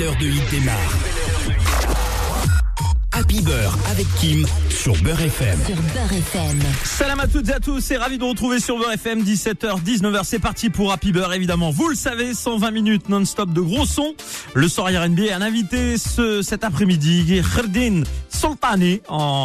heure de hit démarre. Happy Beurre avec Kim sur Beurre FM. Sur Beurre FM. Salam à toutes et à tous, c'est ravi de vous retrouver sur Beurre FM, 17h, 19h, c'est parti pour Happy Beurre évidemment. Vous le savez, 120 minutes non-stop de gros sons. Le soir R&B, un invité cet après-midi, Kherdin Soltani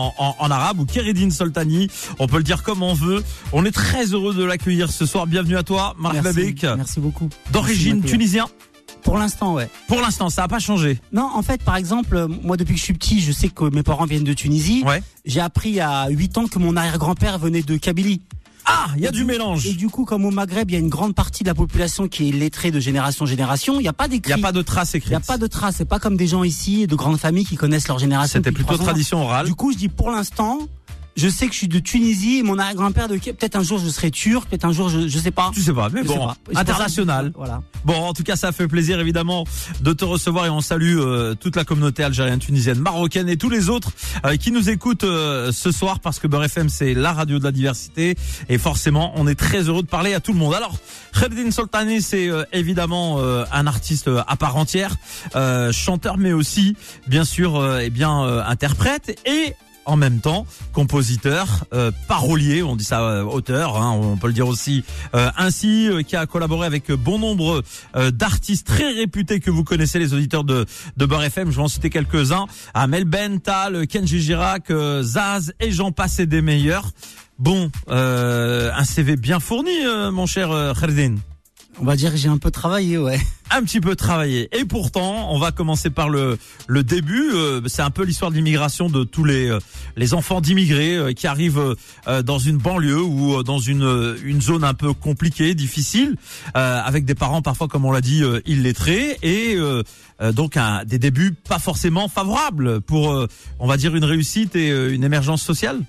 en arabe ou Kherdin Soltani, on peut le dire comme on veut. On est très heureux de l'accueillir ce soir, bienvenue à toi, Marc Babek. Merci beaucoup. D'origine tunisien. Pour l'instant, ouais. Pour l'instant, ça n'a pas changé. Non, en fait, par exemple, moi, depuis que je suis petit, je sais que mes parents viennent de Tunisie. Ouais. J'ai appris à 8 ans que mon arrière-grand-père venait de Kabylie. Ah, il y a du mélange. Et du coup, comme au Maghreb, il y a une grande partie de la population qui est lettrée de génération en génération, il n'y a pas d'écrit. Il n'y a pas de traces écrites. Il n'y a pas de traces. C'est pas comme des gens ici, de grandes familles qui connaissent leur génération. C'était plutôt tradition orale. Du coup, je dis pour l'instant, je sais que je suis de Tunisie, mon arrière-grand-père peut-être un jour je serai turc, peut-être un jour je sais pas. Tu sais pas, mais bon, international. Voilà. Bon, en tout cas, ça fait plaisir évidemment de te recevoir et on salue toute la communauté algérienne, tunisienne, marocaine et tous les autres qui nous écoutent ce soir parce que Beurre FM c'est la radio de la diversité et forcément on est très heureux de parler à tout le monde. Alors, Kherdin Soltani c'est évidemment un artiste à part entière, chanteur mais aussi bien sûr interprète et en même temps, compositeur, parolier, on dit ça auteur, hein, on peut le dire aussi ainsi, qui a collaboré avec bon nombre d'artistes très réputés que vous connaissez, les auditeurs de Beurre FM. Je vais en citer quelques-uns. Amel Ben, Tal, Kenji Girac, Zaz et j'en passe et des meilleurs. Bon, un CV bien fourni, mon cher Kherdin. On va dire que j'ai un peu travaillé, ouais. Un petit peu travaillé. Et pourtant, on va commencer par le début. C'est un peu l'histoire de l'immigration de tous les enfants d'immigrés qui arrivent dans une banlieue ou dans une zone un peu compliquée, difficile, avec des parents parfois, comme on l'a dit, illettrés et donc des débuts pas forcément favorables pour, on va dire, une réussite et une émergence sociale.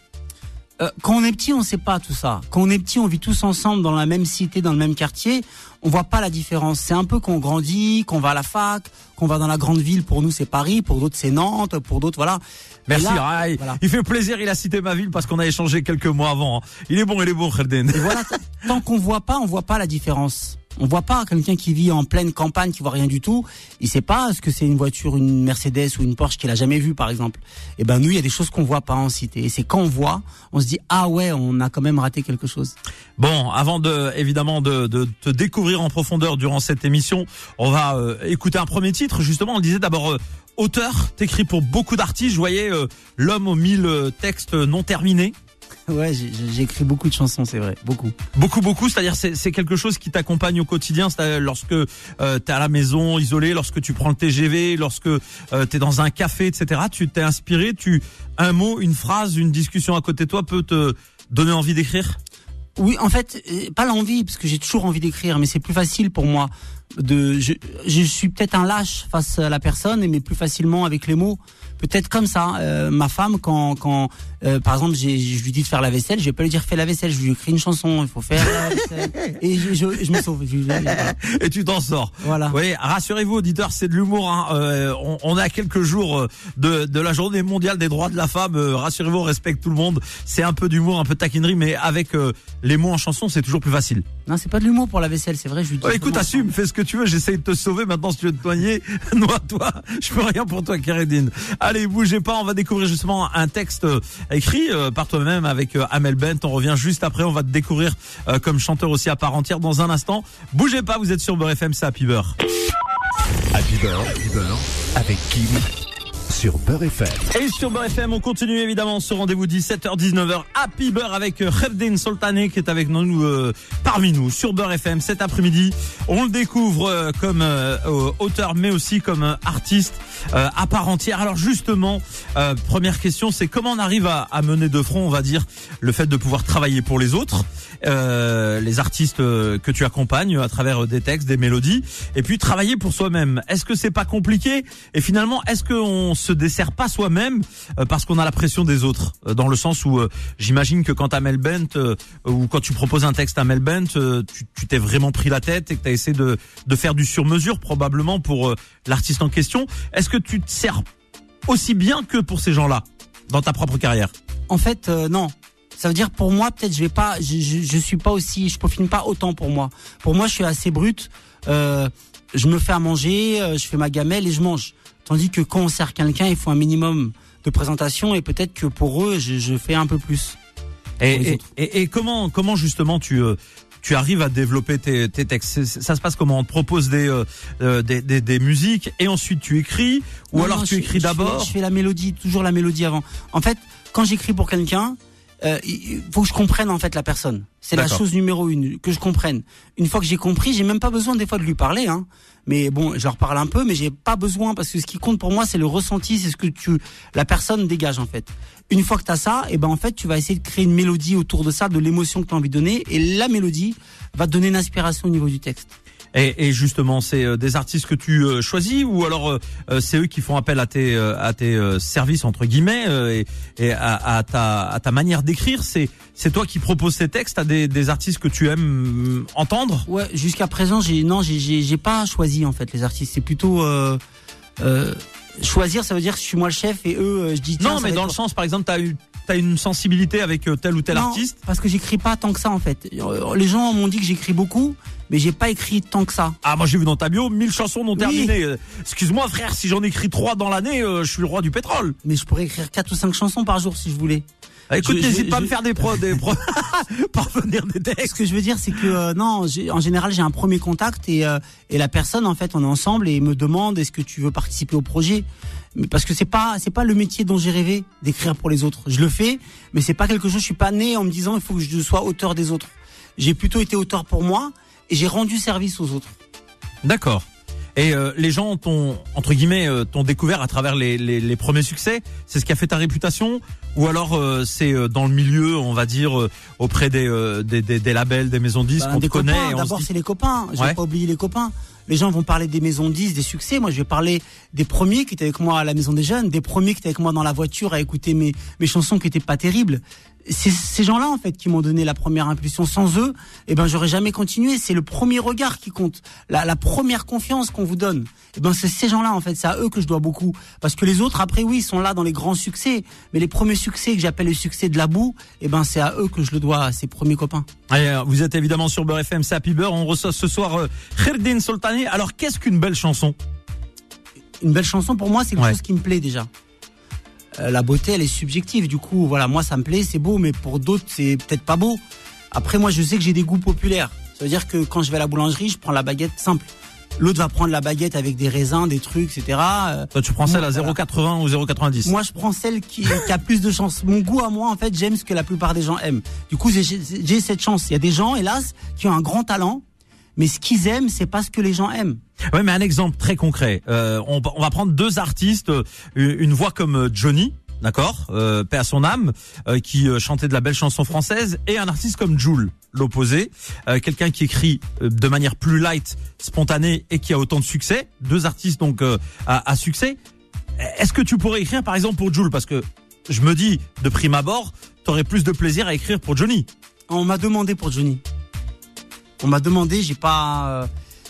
Quand on est petit, on sait pas tout ça. Quand on est petit, on vit tous ensemble dans la même cité, dans le même quartier. On voit pas la différence. C'est un peu qu'on grandit, qu'on va à la fac, qu'on va dans la grande ville. Pour nous, c'est Paris. Pour d'autres, c'est Nantes. Pour d'autres, voilà. Merci, là, Rai. Voilà. Il fait plaisir. Il a cité ma ville parce qu'on a échangé quelques mois avant. Il est bon, Kherdin. Et voilà. Tant qu'on voit pas, on voit pas la différence. On voit pas quelqu'un qui vit en pleine campagne, qui voit rien du tout. Il sait pas ce que c'est une voiture, une Mercedes ou une Porsche qu'il a jamais vue, par exemple. Et ben, nous, il y a des choses qu'on voit pas en cité. Et c'est quand on voit, on se dit, ah ouais, on a quand même raté quelque chose. Bon, avant de te découvrir en profondeur durant cette émission, on va écouter un premier titre. Justement, on disait d'abord, auteur, t'écris pour beaucoup d'artistes. Je voyais l'homme aux 1000 textes non terminés. Ouais, j'ai écrit beaucoup de chansons, c'est vrai, beaucoup. Beaucoup, c'est-à-dire c'est quelque chose qui t'accompagne au quotidien, c'est-à-dire lorsque t'es à la maison isolé, lorsque tu prends le TGV, lorsque t'es dans un café, etc. Tu t'es inspiré, un mot, une phrase, une discussion à côté de toi peut te donner envie d'écrire? Oui, en fait, pas l'envie, parce que j'ai toujours envie d'écrire, mais c'est plus facile pour moi je suis peut-être un lâche face à la personne, mais plus facilement avec les mots. Peut-être comme ça. Ma femme, quand par exemple, je lui dis de faire la vaisselle, je vais pas lui dire fais la vaisselle, je lui écris une chanson, il faut faire la vaisselle. Et je me sauve. Voilà. Et tu t'en sors. Voilà. Oui, rassurez-vous, auditeurs, c'est de l'humour. Hein. On est à quelques jours de la journée mondiale des droits de la femme. Rassurez-vous, on respecte tout le monde. C'est un peu d'humour, un peu de taquinerie, mais avec les mots en chanson, c'est toujours plus facile. Non, c'est pas de l'humour pour la vaisselle, c'est vrai. Je lui dis. Écoute, assume, fais ce que tu veux. J'essaye de te sauver. Maintenant, si tu veux te noyer, noie-toi. Je peux rien pour toi, Kherdin. Allez, bougez pas. On va découvrir justement un texte écrit par toi-même avec Amel Ben. On revient juste après. On va te découvrir comme chanteur aussi à part entière dans un instant. Bougez pas. Vous êtes sur Beurre FM. C'est Happy Beurre. Happy Beurre avec Kim sur Beurre FM. Et sur Beurre FM, on continue évidemment ce rendez-vous 17h-19h. Happy Beurre avec Kherdin Soltani qui est avec nous parmi nous sur Beurre FM cet après-midi. On le découvre comme auteur mais aussi comme artiste à part entière. Alors justement, première question, c'est comment on arrive à mener de front, on va dire, le fait de pouvoir travailler pour les autres, les artistes que tu accompagnes à travers des textes, des mélodies, et puis travailler pour soi-même. Est-ce que c'est pas compliqué? Et finalement, est-ce qu'on se dessert pas soi-même parce qu'on a la pression des autres, dans le sens où j'imagine que quand Amel Bent ou quand tu proposes un texte à Amel Bent, tu t'es vraiment pris la tête et que tu as essayé de faire du sur-mesure probablement pour l'artiste en question. Est-ce que tu te sers aussi bien que pour ces gens-là dans ta propre carrière? En fait, non. Ça veut dire pour moi, peut-être je suis pas aussi, je peaufine pas autant pour moi. Pour moi, je suis assez brut. je me fais à manger, je fais ma gamelle et je mange. Tandis que quand on sert quelqu'un, il faut un minimum de présentation et peut-être que pour eux, je fais un peu plus. Et comment justement tu arrives à développer tes textes? Ça se passe comment? On te propose des musiques et ensuite tu écris, ou alors tu écris d'abord? Je fais la mélodie, toujours la mélodie avant. En fait, quand j'écris pour quelqu'un, il faut que je comprenne en fait la personne. C'est la chose numéro 1, que je comprenne. Une fois que j'ai compris, j'ai même pas besoin des fois de lui parler, hein. Mais bon, je leur parle un peu, mais j'ai pas besoin, parce que ce qui compte pour moi, c'est le ressenti, c'est ce que la personne dégage en fait. Une fois que t'as ça, et ben en fait, tu vas essayer de créer une mélodie autour de ça, de l'émotion que tu as envie de donner, et la mélodie va te donner une inspiration au niveau du texte. Et justement, c'est des artistes que tu choisis, ou alors c'est eux qui font appel à tes services entre guillemets, et à ta manière d'écrire? C'est toi qui proposes ces textes à des artistes que tu aimes entendre? Ouais, jusqu'à présent, j'ai pas choisi en fait les artistes. C'est plutôt choisir, ça veut dire que je suis moi le chef et eux, je dis tiens. Non, mais dans le sens, par exemple, t'as une sensibilité avec tel ou tel artiste? Parce que j'écris pas tant que ça en fait. Les gens m'ont dit que j'écris beaucoup, mais j'ai pas écrit tant que ça. Ah, moi j'ai vu dans ta bio 1000 chansons non terminées. Excuse-moi frère, si j'en écris 3 dans l'année, je suis le roi du pétrole. Mais je pourrais écrire 4 ou 5 chansons par jour si je voulais. Écoute, n'hésite pas à me faire des parvenir des textes. Ce que je veux dire, c'est que en général, j'ai un premier contact et la personne, en fait, on est ensemble et me demande est-ce que tu veux participer au projet. Mais parce que c'est pas le métier dont j'ai rêvé d'écrire pour les autres. Je le fais, mais c'est pas quelque chose. Je suis pas né en me disant il faut que je sois auteur des autres. J'ai plutôt été auteur pour moi et j'ai rendu service aux autres. D'accord. Et les gens t'ont découvert à travers les premiers succès. C'est ce qui a fait ta réputation, ou alors c'est dans le milieu, on va dire auprès des labels, des maisons de disques qu'on te connaît. D'abord, c'est les copains. Je vais pas oublier les copains. Les gens vont parler des maisons de disques, des succès. Moi, je vais parler des premiers qui étaient avec moi à la Maison des Jeunes, des premiers qui étaient avec moi dans la voiture à écouter mes chansons qui étaient pas terribles. C'est ces gens-là, en fait, qui m'ont donné la première impulsion. Sans eux, j'aurais jamais continué. C'est le premier regard qui compte. La première confiance qu'on vous donne. C'est ces gens-là, en fait. C'est à eux que je dois beaucoup. Parce que les autres, après, oui, ils sont là dans les grands succès. Mais les premiers succès que j'appelle les succès de la boue, c'est à eux que je le dois, à ces premiers copains. Allez, vous êtes évidemment sur Beurre FM, c'est Happy Beurre. On reçoit ce soir Kherdin Soltani. Alors, qu'est-ce qu'une belle chanson? Une belle chanson, pour moi, c'est quelque chose qui me plaît déjà. La beauté, elle est subjective. Du coup, voilà, moi, ça me plaît, c'est beau, mais pour d'autres, c'est peut-être pas beau. Après, moi, je sais que j'ai des goûts populaires. Ça veut dire que quand je vais à la boulangerie, je prends la baguette simple. L'autre va prendre la baguette avec des raisins, des trucs, etc. Toi, tu prends celle à 0,80 ou 0,90. Moi, je prends celle qui a plus de chance. Mon goût à moi, en fait, j'aime ce que la plupart des gens aiment. Du coup, j'ai cette chance. Il y a des gens, hélas, qui ont un grand talent, mais ce qu'ils aiment, c'est pas ce que les gens aiment. Ouais, mais un exemple très concret. On va prendre 2 artistes, une voix comme Johnny, d'accord, paix à son âme, qui chantait de la belle chanson française, et un artiste comme Jul, l'opposé, quelqu'un qui écrit de manière plus light, spontanée, et qui a autant de succès. 2 artistes donc à succès. Est-ce que tu pourrais écrire par exemple pour Jul? Parce que je me dis, de prime abord, t'aurais plus de plaisir à écrire pour Johnny. On m'a demandé pour Johnny. On m'a demandé, j'ai pas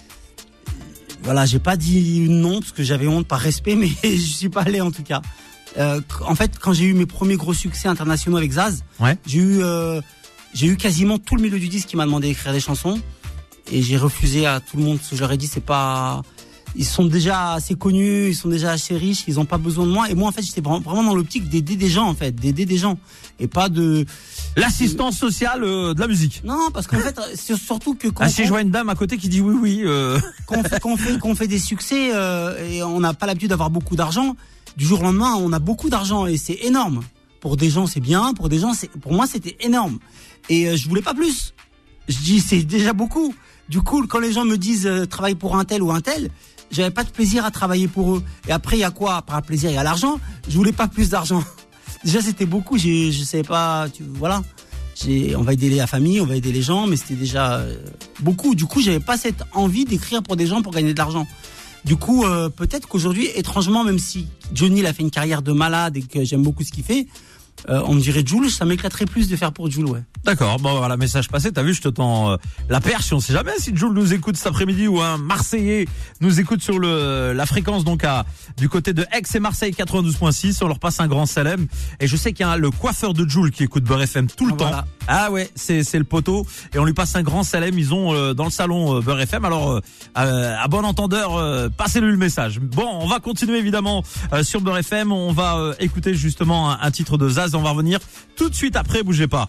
dit non parce que j'avais honte par respect, mais je suis pas allé en tout cas. En fait, quand j'ai eu mes premiers gros succès internationaux avec Zaz, j'ai eu quasiment tout le milieu du disque qui m'a demandé d'écrire des chansons, et j'ai refusé à tout le monde parce que je leur ai dit ils sont déjà assez connus, ils sont déjà assez riches, ils ont pas besoin de moi. Et moi, en fait, j'étais vraiment dans l'optique d'aider des gens, et pas de l'assistance sociale de la musique. Non, parce qu'en fait, c'est surtout que si je vois une dame à côté qui dit oui. Qu'on fait des succès et on n'a pas l'habitude d'avoir beaucoup d'argent. Du jour au lendemain, on a beaucoup d'argent et c'est énorme. Pour des gens, c'est bien. Pour des gens, pour moi, c'était énorme. Et je voulais pas plus. Je dis, c'est déjà beaucoup. Du coup, quand les gens me disent travaille pour un tel ou un tel, j'avais pas de plaisir à travailler pour eux. Et après, il y a quoi? Par plaisir, il y a l'argent. Je voulais pas plus d'argent. Déjà, c'était beaucoup. Je savais pas. Voilà. On va aider la famille, on va aider les gens, mais c'était déjà beaucoup. Du coup, j'avais pas cette envie d'écrire pour des gens pour gagner de l'argent. Du coup, peut-être qu'aujourd'hui, étrangement, même si Johnny il a fait une carrière de malade et que j'aime beaucoup ce qu'il fait, On me dirait Jul, ça m'éclaterait plus de faire pour Jul, ouais. D'accord, bon voilà, message passé, t'as vu, je te tends la perche, on sait jamais si Jules nous écoute cet après-midi ou un Marseillais nous écoute sur la fréquence donc du côté de Aix et Marseille 92.6, on leur passe un grand salam. Et je sais qu'il y a le coiffeur de Jules qui écoute Beurre FM tout le temps. Voilà. Ah ouais, c'est le poteau et on lui passe un grand salam, ils ont dans le salon Beurre FM. Alors à bon entendeur, passez-lui le message. Bon, on va continuer évidemment sur Beurre FM, on va écouter justement un titre de Zaz, on va revenir tout de suite après, bougez pas.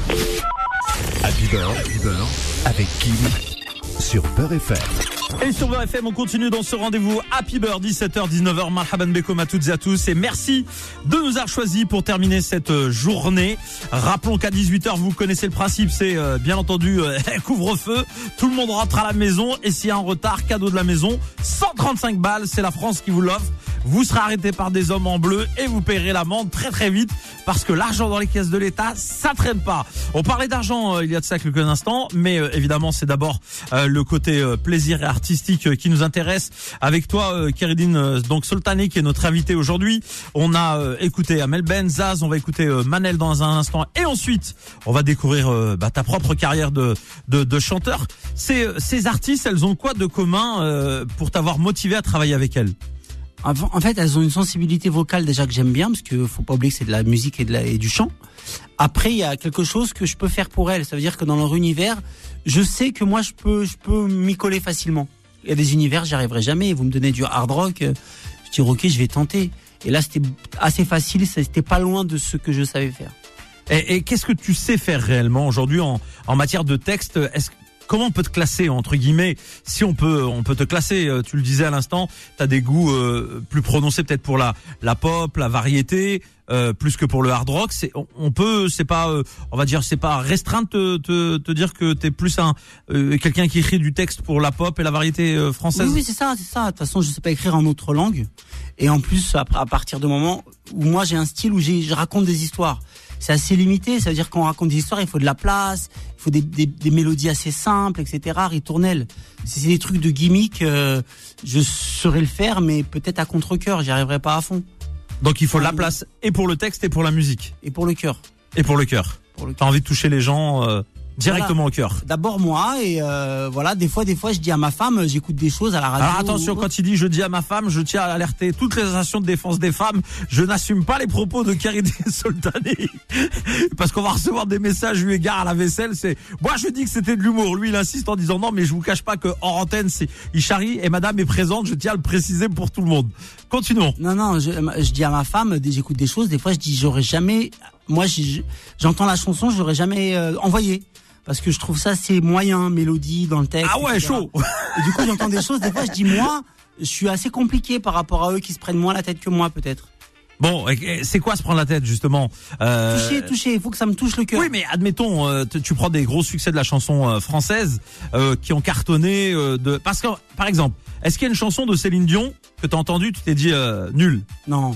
Happy Beurre avec Kim sur Beurre FM. Et sur Beurre FM, on continue dans ce rendez-vous Happy Beurre, 17h, 19h, marhaban bekoum à toutes et à tous. Et merci de nous avoir choisis pour terminer cette journée. Rappelons qu'à 18h, vous connaissez le principe, c'est bien entendu couvre-feu. Tout le monde rentre à la maison et s'il y a un retard, cadeau de la maison, 135 balles, c'est la France qui vous l'offre. Vous serez arrêté par des hommes en bleu et vous payerez l'amende très très vite parce que l'argent dans les caisses de l'État, ça traîne pas. On parlait d'argent il y a de ça quelques instants, mais évidemment c'est d'abord le côté plaisir et artistique qui nous intéresse. Avec toi, Kéridine, donc Soltani qui est notre invité aujourd'hui. On a écouté Amel Ben, Zaz, on va écouter Manel dans un instant et ensuite on va découvrir ta propre carrière de chanteur. Ces artistes, elles ont quoi de commun pour t'avoir motivé à travailler avec elles? En fait, elles ont une sensibilité vocale déjà que j'aime bien, parce que faut pas oublier que c'est de la musique et du chant. Après, il y a quelque chose que je peux faire pour elles. Ça veut dire que dans leur univers, je sais que moi, je peux m'y coller facilement. Il y a des univers, j'y arriverai jamais. Vous me donnez du hard rock, je dis ok, je vais tenter. Et là, c'était assez facile, c'était pas loin de ce que je savais faire. Et qu'est-ce que tu sais faire réellement aujourd'hui en matière de texte? Comment on peut te classer, entre guillemets, si on peut te classer? Tu le disais à l'instant, t'as des goûts plus prononcés peut-être pour la pop, la variété, plus que pour le hard rock. C'est pas restreint de te dire que t'es plus quelqu'un qui écrit du texte pour la pop et la variété française. Oui, c'est ça. De toute façon, je sais pas écrire en autre langue. Et en plus, à partir du moment où moi j'ai un style où je raconte des histoires. C'est assez limité, ça veut dire qu'on raconte des histoires, il faut de la place, il faut des mélodies assez simples, etc., ritournelles. Si c'est des trucs de gimmick, je saurais le faire, mais peut-être à contre-cœur, j'y arriverai pas à fond. Donc il faut de la place et pour le texte et pour la musique. Et pour le cœur. Et pour le cœur. T'as envie de toucher les gens directement au cœur. D'abord moi et voilà, des fois je dis à ma femme, j'écoute des choses à la radio. Alors attention, quand il dit je dis à ma femme, je tiens à alerter toutes les associations de défense des femmes, je n'assume pas les propos de Kéridine Soltani parce qu'on va recevoir des messages eu égard à la vaisselle. Moi je dis que c'était de l'humour, lui il insiste en disant non mais je vous cache pas que hors antenne il charrie et madame est présente, je tiens à le préciser pour tout le monde. Continuons. Non, je dis à ma femme, j'écoute des choses, des fois je dis j'aurais jamais, moi j'entends la chanson, j'aurais jamais envoyé. Parce que je trouve ça c'est moyen, mélodie dans le texte. Ah ouais, etc. Chaud. Et du coup j'entends des choses, des fois je dis moi, je suis assez compliqué par rapport à eux qui se prennent moins la tête que moi peut-être. Bon, c'est quoi se prendre la tête justement? Toucher, il faut que ça me touche le cœur. Oui, mais admettons, tu prends des gros succès de la chanson française qui ont cartonné parce que par exemple, est-ce qu'il y a une chanson de Céline Dion que t'as entendue, tu t'es dit nul? Non.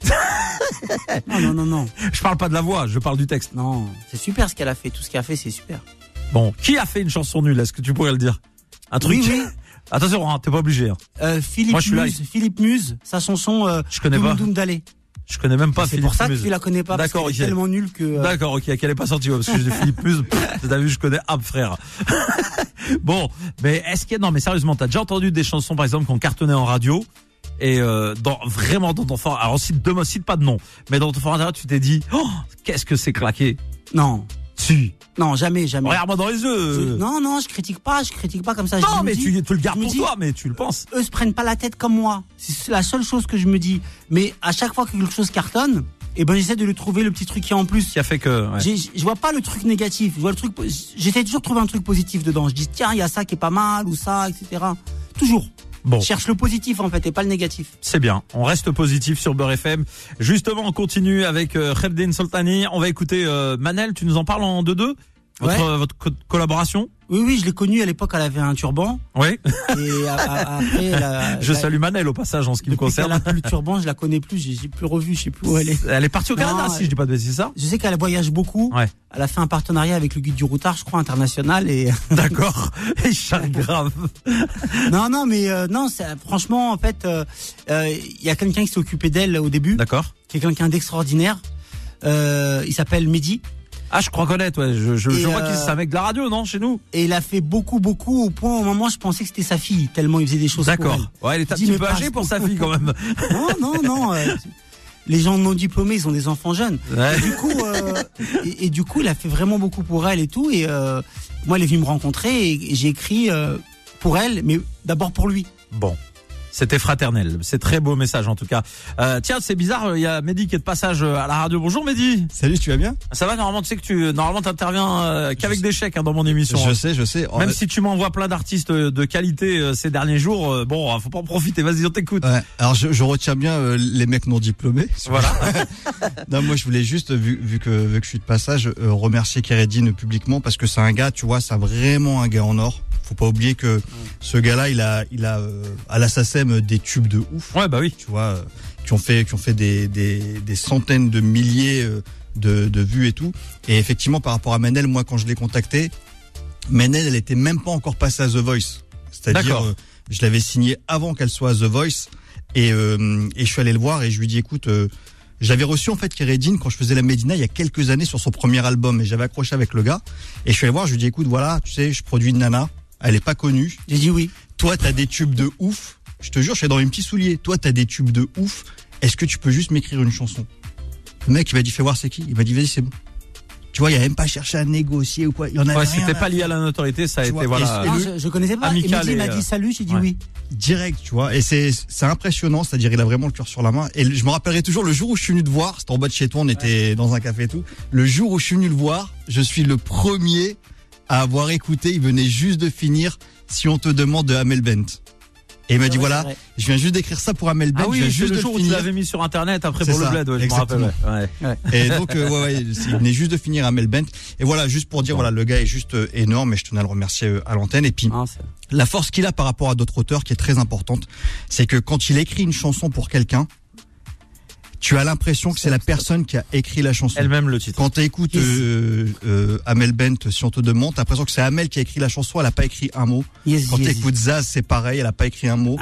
Non. Je parle pas de la voix, je parle du texte. Non, c'est super ce qu'elle a fait, tout ce qu'elle a fait, c'est super. Bon, qui a fait une chanson nulle? Est-ce que tu pourrais le dire? Un truc. Oui. Attention, t'es pas obligé. Philippe Muse, sa chanson je connais pas. Doum Dalé. Je connais même pas c'est Philippe pour ça Muse. que tu la connais pas. D'accord, parce qu'elle est tellement nulle que. D'accord, ok, qu'elle est pas sortie parce que j'ai Philippe Muse. T'as vu, je connais frère. Bon, mais mais sérieusement, t'as déjà entendu des chansons par exemple qui ont cartonné en radio? Et vraiment dans ton fort, alors cite pas de nom, mais dans ton fort intérieur tu t'es dit qu'est-ce que c'est claqué? Non. Si. Non, jamais. Regarde-moi dans les yeux. Non, je critique pas comme ça. Non, mais tu le gardes pour toi, mais tu le penses. Eux se prennent pas la tête comme moi. C'est la seule chose que je me dis. Mais à chaque fois que quelque chose cartonne, j'essaie de lui trouver le petit truc qui est en plus. Qui a fait que. Ouais. Je vois pas le truc négatif. J'essaie toujours de trouver un truc positif dedans. Je dis tiens, il y a ça qui est pas mal ou ça, etc. Toujours. Bon. Cherche le positif en fait et pas le négatif. C'est bien, on reste positif sur Beurre FM. Justement, on continue avec Kéridine Soltani. On va écouter Manel, tu nous en parles en 2-2 votre collaboration? Oui, je l'ai connue à l'époque, elle avait un turban. Oui. Et après, je salue Manel au passage en ce qui me concerne. Elle a plus le turban, je la connais plus, j'ai plus revu, je sais plus où elle est. Elle est partie au Canada, si je dis pas de bêtises, c'est ça? Je sais qu'elle voyage beaucoup. Ouais. Elle a fait un partenariat avec le Guide du Routard, je crois, international et. D'accord. Et charge grave. Non, franchement, en fait, y a quelqu'un qui s'est occupé d'elle au début. D'accord. Qui est quelqu'un d'extraordinaire. Il s'appelle Mehdi. Ah, je crois connaître, ouais. Je vois qu'il c'est un mec de la radio, non, chez nous. Et il a fait beaucoup, au point, au moment, je pensais que c'était sa fille, tellement il faisait des choses. D'accord. Pour elle. Ouais, il est un petit peu âgé pour sa fille, quand même. Non. Les gens non diplômés, ils ont des enfants jeunes. Ouais. Et du coup, il a fait vraiment beaucoup pour elle et tout. Et moi, elle est venue me rencontrer et j'ai écrit pour elle, mais d'abord pour lui. Bon. C'était fraternel. C'est très beau message en tout cas. Tiens, c'est bizarre, il y a Mehdi qui est de passage à la radio. Bonjour Mehdi. Salut, tu vas bien? Ça va, normalement tu sais que tu t'interviens qu'avec des chèques dans mon émission. Je sais. Même si tu m'envoies plein d'artistes de qualité ces derniers jours, bon, faut pas en profiter. Vas-y, on t'écoute. Ouais. Alors je retiens bien les mecs non diplômés. Voilà. Non, moi je voulais juste vu que je suis de passage remercier Keredine publiquement parce que c'est un gars, tu vois, c'est vraiment un gars en or. Faut pas oublier que ce gars-là, il a à la SACEM des tubes de ouf. Ouais, bah oui. Tu vois, qui ont fait des centaines de milliers de vues et tout. Et effectivement, par rapport à Manel, moi, quand je l'ai contacté, Manel, elle était même pas encore passée à The Voice. C'est-à-dire, je l'avais signé avant qu'elle soit à The Voice. Et je suis allé le voir et je lui dis, écoute, j'avais reçu en fait Keredine quand je faisais la Médina il y a quelques années sur son premier album et j'avais accroché avec le gars. Et je suis allé voir, je lui dis, écoute, voilà, tu sais, je produis une nana. Elle est pas connue. J'ai dit oui. Toi, t'as des tubes de ouf. Je te jure, je suis dans mes petits souliers. Toi, t'as des tubes de ouf. Est-ce que tu peux juste m'écrire une chanson? Le mec, il m'a dit, fais voir c'est qui. Il m'a dit, vas-y, c'est bon. Tu vois, il a même pas cherché à négocier ou quoi. Il y en avait rien. C'était pas lié à la notoriété, ça a été, voilà. Je connaissais pas. Amical et il m'a dit salut, j'ai dit oui. Direct, tu vois. Et c'est impressionnant. C'est-à-dire, il a vraiment le cœur sur la main. Et je me rappellerai toujours le jour où je suis venu te voir. C'était en bas de chez toi. On était dans un café et tout. Le jour où je suis venu le voir, je suis le premier à avoir écouté. Il venait juste de finir Si on te demande de Amel Bent. Et il m'a dit voilà, je viens juste d'écrire ça pour Amel Bent. Ah oui, je viens c'est juste le de jour où finir. tu l'avais mis sur internet après C'est pour ça, le bled, je me rappelle. Ouais. Et donc il venait juste de finir Amel Bent. Et voilà, juste pour dire voilà, le gars est juste énorme et je tenais à le remercier à l'antenne. Et puis la force qu'il a par rapport à d'autres auteurs qui est très importante, c'est que quand il écrit une chanson pour quelqu'un, tu as l'impression que c'est la personne qui a écrit la chanson. Elle-même le titre. Quand tu écoutes Amel Bent, Si on te demande, t'as l'impression que c'est Amel qui a écrit la chanson, elle a pas écrit un mot. Quand tu écoutes Zaz, c'est pareil, elle a pas écrit un mot.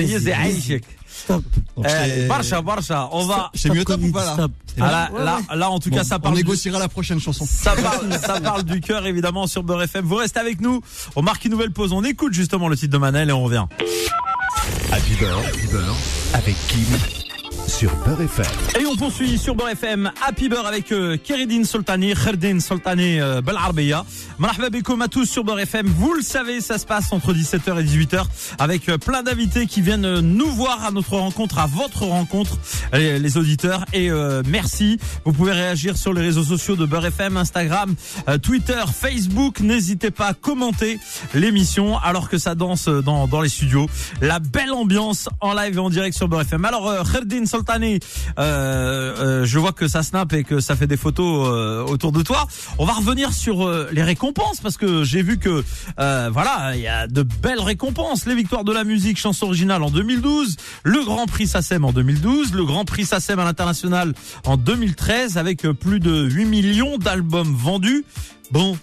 Stop. Barça, on va. C'est mieux top ou pas là? Là, en tout cas, ça parle. On négociera la prochaine chanson. Ça parle du cœur, évidemment, sur Beurre FM. Vous restez avec nous. On marque une nouvelle pause. On écoute justement le titre de Manel et on revient. Happy Beurre avec Kim sur Beurre FM. Et on poursuit sur Beurre FM Happy Beurre avec Keredine Soltani, Kherdine Soltani Belarbeya. Marhaba bikoum à tous sur Beurre FM. Vous le savez, ça se passe entre 17h et 18h avec plein d'invités qui viennent nous voir à notre rencontre, à votre rencontre, les auditeurs. Et merci. Vous pouvez réagir sur les réseaux sociaux de Beurre FM, Instagram, Twitter, Facebook. N'hésitez pas à commenter l'émission alors que ça danse dans les studios. La belle ambiance en live et en direct sur Beurre FM. Alors Kherdine Soltani, je vois que ça snap et que ça fait des photos autour de toi. On va revenir sur les récompenses parce que j'ai vu que voilà, il y a de belles récompenses. Les victoires de la musique chanson originale en 2012, le Grand Prix SACEM en 2012, le Grand Prix SACEM à l'international en 2013 avec plus de 8 millions d'albums vendus. Bon,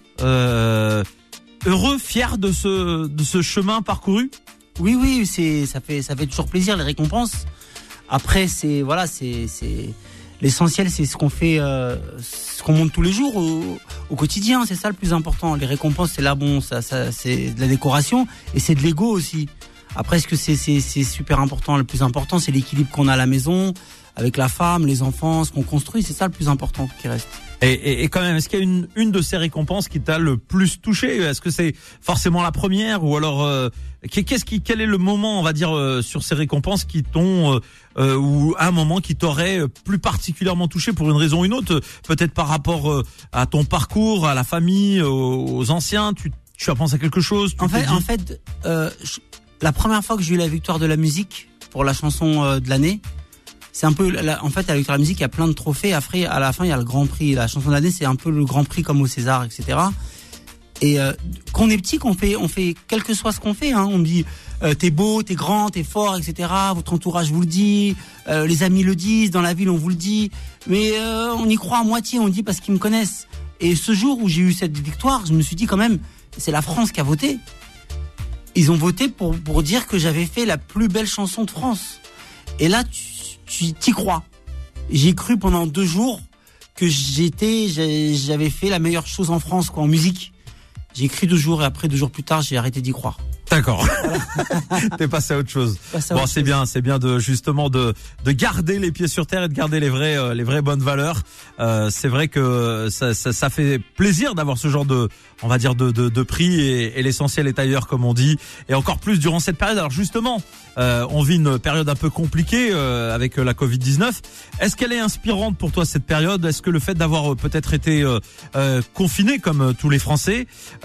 heureux, fier de ce chemin parcouru. Oui, ça fait toujours plaisir les récompenses. Après, c'est l'essentiel, c'est ce qu'on fait, ce qu'on monte tous les jours au quotidien. C'est ça le plus important. Les récompenses, c'est là, bon, ça, c'est de la décoration et c'est de l'ego aussi. Après, ce que c'est super important. Le plus important, c'est l'équilibre qu'on a à la maison avec la femme, les enfants, ce qu'on construit. C'est ça le plus important qui reste. Et quand même, est-ce qu'il y a une de ces récompenses qui t'a le plus touché? Est-ce que c'est forcément la première ou alors quel est le moment, on va dire, sur ces récompenses qui t'ont ou un moment qui t'aurait plus particulièrement touché pour une raison ou une autre, peut-être par rapport à ton parcours, à la famille, aux anciens, tu as pensé à quelque chose? En fait, la première fois que j'ai eu la victoire de la musique pour la chanson de l'année, c'est un peu, en fait, avec la musique, il y a plein de trophées. Après, à la fin, il y a le Grand Prix. La chanson de l'année, c'est un peu le Grand Prix comme au César, etc. Et quand on est petit, qu'on fait, quel que soit ce qu'on fait, hein, on me dit, t'es beau, t'es grand, t'es fort, etc. Votre entourage vous le dit, les amis le disent, dans la ville on vous le dit, mais on y croit à moitié, on le dit parce qu'ils me connaissent. Et ce jour où j'ai eu cette victoire, je me suis dit quand même, c'est la France qui a voté. Ils ont voté pour dire que j'avais fait la plus belle chanson de France. Et là, tu t'y crois. J'ai cru pendant 2 jours que j'avais fait la meilleure chose en France, quoi, en musique. J'ai écrit 2 jours et après 2 jours plus tard, j'ai arrêté d'y croire. D'accord. T'es passé à autre chose. Bon, c'est bien de justement de garder les pieds sur terre et de garder les vraies bonnes valeurs. C'est vrai que ça fait plaisir d'avoir ce genre de, on va dire de prix et l'essentiel est ailleurs comme on dit, et encore plus durant cette période. Alors justement, on vit une période un peu compliquée avec la Covid-19. Est-ce qu'elle est inspirante pour toi cette période? Est-ce que le fait d'avoir peut-être été confiné comme tous les Français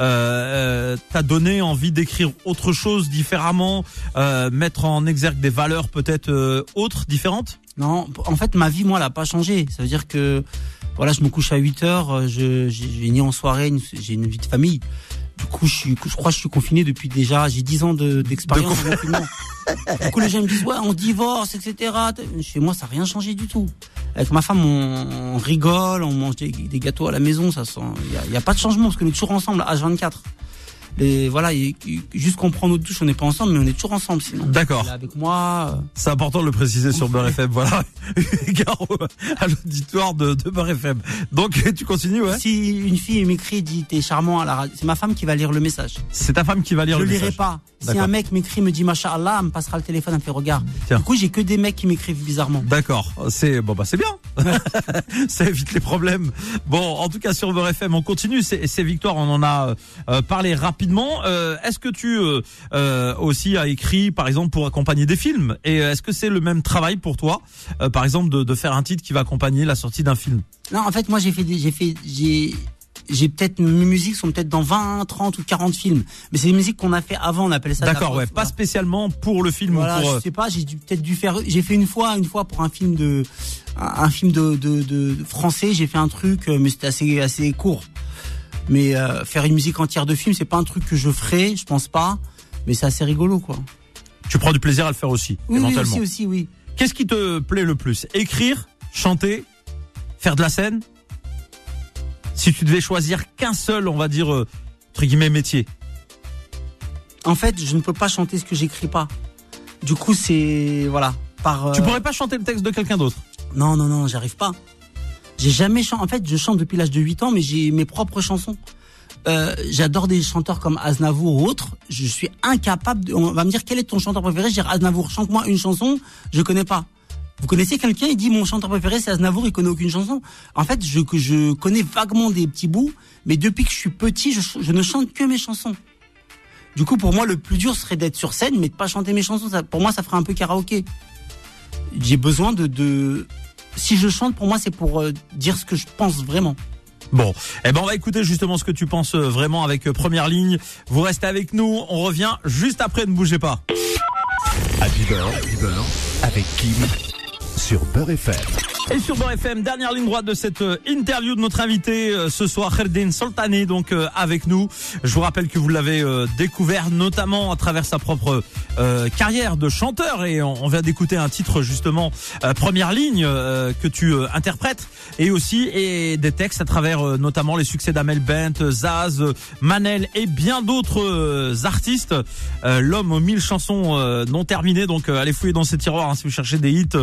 t'a donné envie d'écrire autre chose différemment, mettre en exergue des valeurs peut-être autres, différentes? Non, en fait, ma vie, moi, elle a pas changé. Ça veut dire que, voilà, je me couche à 8h, j'ai ni en soirée, j'ai une vie de famille. Du coup, je crois que je suis confiné depuis déjà, j'ai 10 ans d'expérience en confinement. Du coup, les gens me disent, ouais, on divorce, etc. Chez moi, ça n'a rien changé du tout. Avec ma femme, on rigole, on mange des gâteaux à la maison, il y a pas de changement parce qu'on est toujours ensemble à H24. Voilà, juste qu'on prend notre douche, on n'est pas ensemble, mais on est toujours ensemble sinon. D'accord. Avec moi. C'est important de le préciser sur Beurre FM. Voilà, égard à l'auditoire de Beurre FM. Donc tu continues, ouais. Si une fille m'écrit, dit t'es charmant à la radio, c'est ma femme qui va lire le message. C'est ta femme qui va lire le message. Je lirai pas. D'accord. Si un mec m'écrit, me dit Masha'Allah, elle me passera le téléphone, elle me fait regarde. Tiens. Du coup, j'ai que des mecs qui m'écrivent bizarrement. D'accord. C'est bien. Ça évite les problèmes. Bon, en tout cas sur Beurre FM, on continue. Ces victoires, on en a parlé rapidement. Est-ce que tu aussi as écrit, par exemple, pour accompagner des films? Et est-ce que c'est le même travail pour toi, par exemple, de faire un titre qui va accompagner la sortie d'un film? Non, en fait, moi, j'ai peut-être, mes musiques sont peut-être dans 20, 30 ou 40 films. Mais c'est des musiques qu'on a fait avant, on appelle ça. D'accord, ouais. Pas spécialement pour le film. Voilà, ou pour... je sais pas, j'ai fait une fois pour un film de français, j'ai fait un truc, mais c'était assez court. Mais faire une musique entière de film, c'est pas un truc que je ferai, je pense pas. Mais c'est assez rigolo, quoi. Tu prends du plaisir à le faire aussi, oui, éventuellement. Oui, aussi, oui. Qu'est-ce qui te plaît le plus? Écrire, chanter, faire de la scène? Si tu devais choisir qu'un seul, on va dire, entre guillemets, métier. En fait, je ne peux pas chanter ce que j'écris pas. Du coup, c'est, voilà. Tu pourrais pas chanter le texte de quelqu'un d'autre? Non, j'arrive pas. J'ai jamais chanté. En fait, je chante depuis l'âge de 8 ans, mais j'ai mes propres chansons. J'adore des chanteurs comme Aznavour ou autres. Je suis incapable on va me dire quel est ton chanteur préféré. Je vais dire Aznavour, chante-moi une chanson. Je connais pas. Vous connaissez quelqu'un, il dit mon chanteur préféré c'est Aznavour, il connaît aucune chanson. En fait, je connais vaguement des petits bouts, mais depuis que je suis petit, je ne chante que mes chansons. Du coup, pour moi, le plus dur serait d'être sur scène, mais de pas chanter mes chansons. Pour moi, ça ferait un peu karaoké. J'ai besoin si je chante, pour moi, c'est pour dire ce que je pense vraiment. Bon, on va écouter justement ce que tu penses vraiment avec Première Ligne. Vous restez avec nous, on revient juste après, ne bougez pas. Happy Beurre avec Kim sur Beurre FM. Et sur Beurre FM, dernière ligne droite de cette interview de notre invité ce soir, Kherdin Soltani, donc avec nous. Je vous rappelle que vous l'avez découvert notamment à travers sa propre carrière de chanteur, et on vient d'écouter un titre justement Première Ligne que tu interprètes, et aussi des textes à travers notamment les succès d'Amel Bent, Zaz, Manel et bien d'autres artistes. L'homme aux 1000 chansons non terminées, donc allez fouiller dans ces tiroirs hein, si vous cherchez des hits.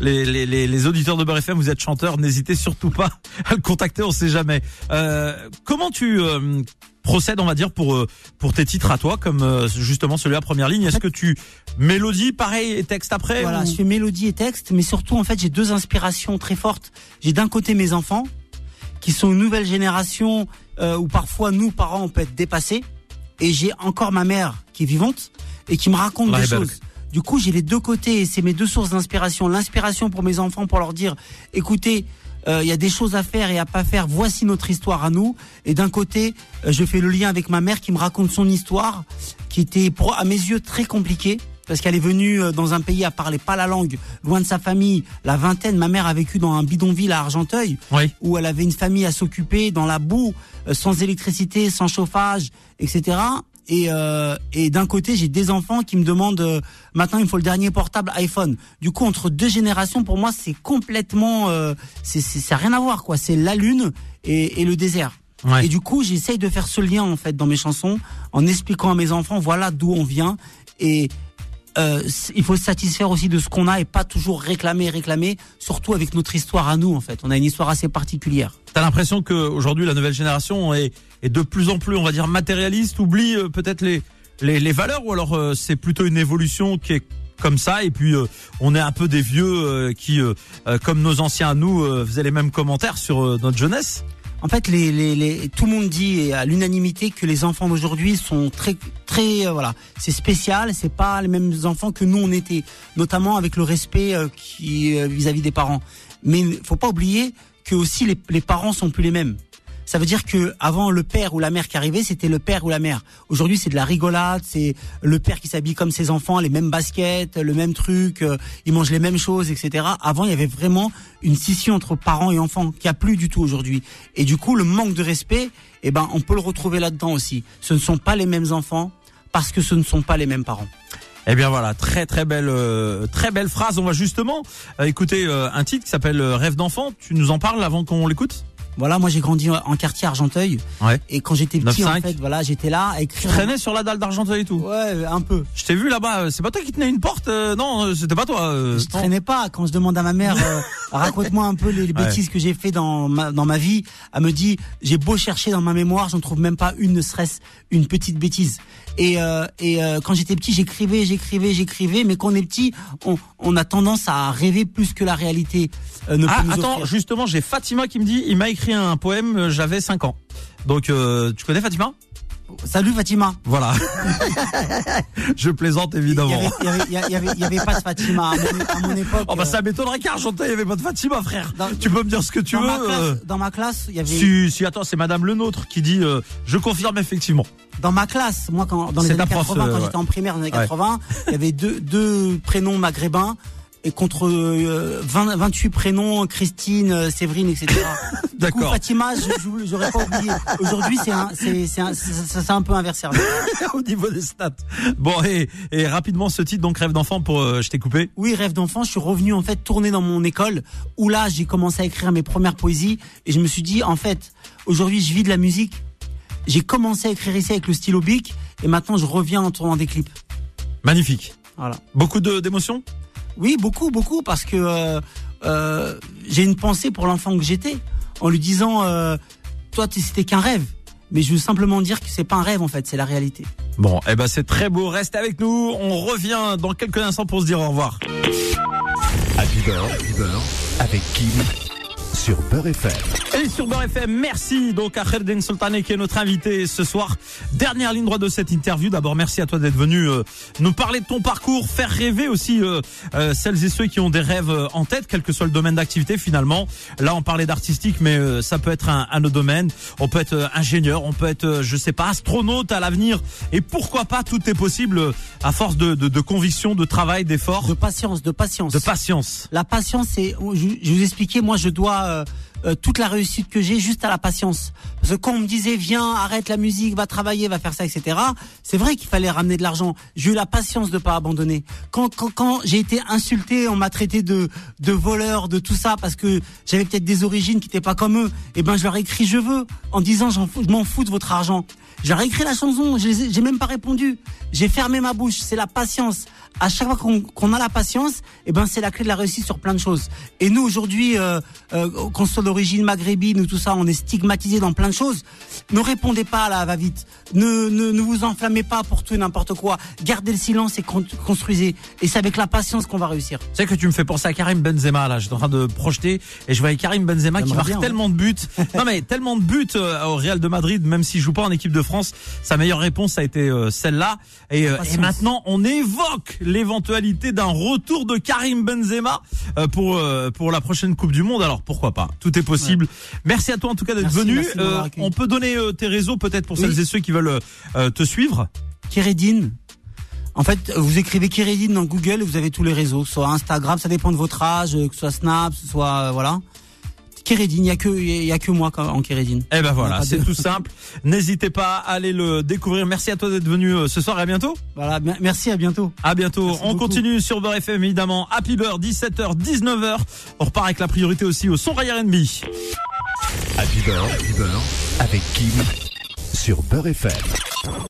Les auditeurs de Beurre FM, vous êtes chanteur, n'hésitez surtout pas à le contacter, on sait jamais. Comment tu procèdes, on va dire, pour tes titres à toi, comme justement celui à Première Ligne? Est-ce que tu mélodie pareil et texte après? Voilà, je fais mélodie et texte, mais surtout en fait j'ai 2 inspirations très fortes. J'ai d'un côté mes enfants, qui sont une nouvelle génération où parfois nous parents on peut être dépassés, et j'ai encore ma mère qui est vivante et qui me raconte des choses. Du coup, j'ai les 2 côtés et c'est mes 2 sources d'inspiration. L'inspiration pour mes enfants, pour leur dire, écoutez, il y a des choses à faire et à pas faire. Voici notre histoire à nous. Et d'un côté, je fais le lien avec ma mère qui me raconte son histoire, qui était, à mes yeux, très compliquée. Parce qu'elle est venue dans un pays à parler pas la langue, loin de sa famille. La vingtaine, ma mère a vécu dans un bidonville à Argenteuil, oui, où elle avait une famille à s'occuper, dans la boue, sans électricité, sans chauffage, etc. Et d'un côté, j'ai des enfants qui me demandent maintenant il me faut le dernier portable iPhone. Du coup, entre 2 générations, pour moi, c'est complètement, ça a rien à voir quoi. C'est la lune et le désert. Ouais. Et du coup, j'essaye de faire ce lien en fait dans mes chansons, en expliquant à mes enfants voilà d'où on vient. Et il faut se satisfaire aussi de ce qu'on a et pas toujours réclamer, surtout avec notre histoire à nous en fait. On a une histoire assez particulière. T'as l'impression qu'aujourd'hui la nouvelle génération est de plus en plus, on va dire, matérialiste, oublie peut-être les valeurs, ou alors c'est plutôt une évolution qui est comme ça, et puis on est un peu des vieux qui, comme nos anciens à nous, faisaient les mêmes commentaires sur notre jeunesse. En fait, tout le monde dit à l'unanimité que les enfants d'aujourd'hui sont très voilà, c'est spécial, c'est pas les mêmes enfants que nous on était, notamment avec le respect vis-à-vis des parents. Mais faut pas oublier que aussi les parents sont plus les mêmes. Ça veut dire que avant, le père ou la mère qui arrivait, c'était le père ou la mère. Aujourd'hui, c'est de la rigolade, c'est le père qui s'habille comme ses enfants, les mêmes baskets, le même truc, ils mangent les mêmes choses, etc. Avant, il y avait vraiment une scission entre parents et enfants qu'il n'y a plus du tout aujourd'hui. Et du coup, le manque de respect, on peut le retrouver là-dedans aussi. Ce ne sont pas les mêmes enfants parce que ce ne sont pas les mêmes parents. Eh bien voilà, très belle phrase. On va justement écouter un titre qui s'appelle Rêve d'enfant. Tu nous en parles avant qu'on l'écoute ? Voilà, moi j'ai grandi en quartier Argenteuil. Ouais. Et quand j'étais petit, 9-5. en fait, voilà, j'étais là à écrire. Tu traînais sur la dalle d'Argenteuil et tout. Ouais, un peu. Je t'ai vu là-bas. C'est pas toi qui tenais une porte Non, c'était pas toi. Je traînais pas. Quand je demande à ma mère, raconte-moi un peu les bêtises que j'ai fait dans ma vie, elle me dit, j'ai beau chercher dans ma mémoire, j'en trouve même pas une, ne serait-ce une petite bêtise. Et quand j'étais petit, j'écrivais, mais quand on est petit, on a tendance à rêver plus que la réalité. Attends, justement, j'ai Fatima qui me dit, il m'a écrit un poème, j'avais 5 ans. Donc, tu connais Fatima ? Salut Fatima. Voilà. Je plaisante évidemment. Il y avait pas de Fatima à mon époque. Oh bah ça m'étonnerait qu'Argenteuil il y avait pas de Fatima, frère. Tu peux me dire ce que tu veux. Dans ma classe, il y avait. Si attends, c'est Madame Lenôtre qui dit je confirme effectivement. Dans ma classe, moi dans les années 80, quand j'étais en primaire dans les années 80, il y avait deux prénoms maghrébins. Et contre 28 prénoms, Christine, Séverine, etc. D'accord. Du coup, Fatima, j'aurais pas oublié. Aujourd'hui, c'est un peu inversé. Au niveau des stats. Bon, et rapidement, ce titre, donc Rêve d'enfant, je t'ai coupé. Oui, Rêve d'enfant, je suis revenu, en fait, tourner dans mon école, où là, j'ai commencé à écrire mes premières poésies, et je me suis dit, en fait, aujourd'hui, je vis de la musique. J'ai commencé à écrire ici avec le stylo bic, et maintenant, je reviens en tournant des clips. Magnifique. Voilà. Beaucoup d'émotions? Oui, beaucoup, parce que j'ai une pensée pour l'enfant que j'étais, en lui disant, toi, c'était qu'un rêve. Mais je veux simplement dire que c'est pas un rêve, en fait, c'est la réalité. Bon, c'est très beau. Reste avec nous. On revient dans quelques instants pour se dire au revoir. Happy Beurre avec Kim sur Beurre FM. Et sur Beurre FM, merci donc à Kherdin Soltané qui est notre invité ce soir. Dernière ligne droite de cette interview. D'abord, merci à toi d'être venu nous parler de ton parcours, faire rêver aussi celles et ceux qui ont des rêves en tête, quel que soit le domaine d'activité finalement. Là, on parlait d'artistique, mais ça peut être un autre domaine. On peut être ingénieur, on peut être, je sais pas, astronaute à l'avenir. Et pourquoi pas, tout est possible à force de conviction, de travail, d'effort. De patience. De patience. La patience, c'est, je vous expliquais, moi je dois toute la réussite que j'ai juste à la patience. Parce que quand on me disait viens, arrête la musique, va travailler, va faire ça, etc. C'est vrai qu'il fallait ramener de l'argent. J'ai eu la patience de pas abandonner. Quand j'ai été insulté, on m'a traité de voleur, de tout ça, parce que j'avais peut-être des origines qui n'étaient pas comme eux. Et je leur ai écrit je veux, en disant je m'en fous de votre argent. J'ai réécrit la chanson, j'ai même pas répondu. J'ai fermé ma bouche, c'est la patience. À chaque fois qu'on a la patience, c'est la clé de la réussite sur plein de choses. Et nous aujourd'hui, qu'on soit d'origine maghrébine ou tout ça, on est stigmatisé dans plein de choses. Ne répondez pas à la va-vite. Ne vous enflammez pas pour tout et n'importe quoi. Gardez le silence et construisez. Et c'est avec la patience qu'on va réussir. Tu sais que tu me fais penser à Karim Benzema là. J'étais en train de projeter et je voyais Karim Benzema qui marque tellement de buts. Non mais tellement de buts au Real de Madrid, même s'il joue pas en équipe de France. Sa meilleure réponse a été celle-là. Et maintenant, on évoque l'éventualité d'un retour de Karim Benzema pour la prochaine Coupe du Monde. Alors pourquoi pas? Tout est possible. Ouais. Merci à toi en tout cas d'être venu. On peut donner tes réseaux peut-être pour celles et ceux qui veulent te suivre. Kérédine. En fait, vous écrivez Kérédine dans Google et vous avez tous les réseaux, soit Instagram, ça dépend de votre âge, que ce soit Snap, soit voilà. Kérédine, il y a que moi en Kérédine. Eh ben voilà, c'est tout simple. N'hésitez pas à aller le découvrir. Merci à toi d'être venu ce soir et à bientôt. Voilà, merci, à bientôt. À bientôt. Merci on beaucoup. Continue sur Beurre FM évidemment. Happy Beurre, 17h, 19h. On repart avec la priorité aussi au son Ray R&B. Happy Beurre avec Kim sur Beurre FM.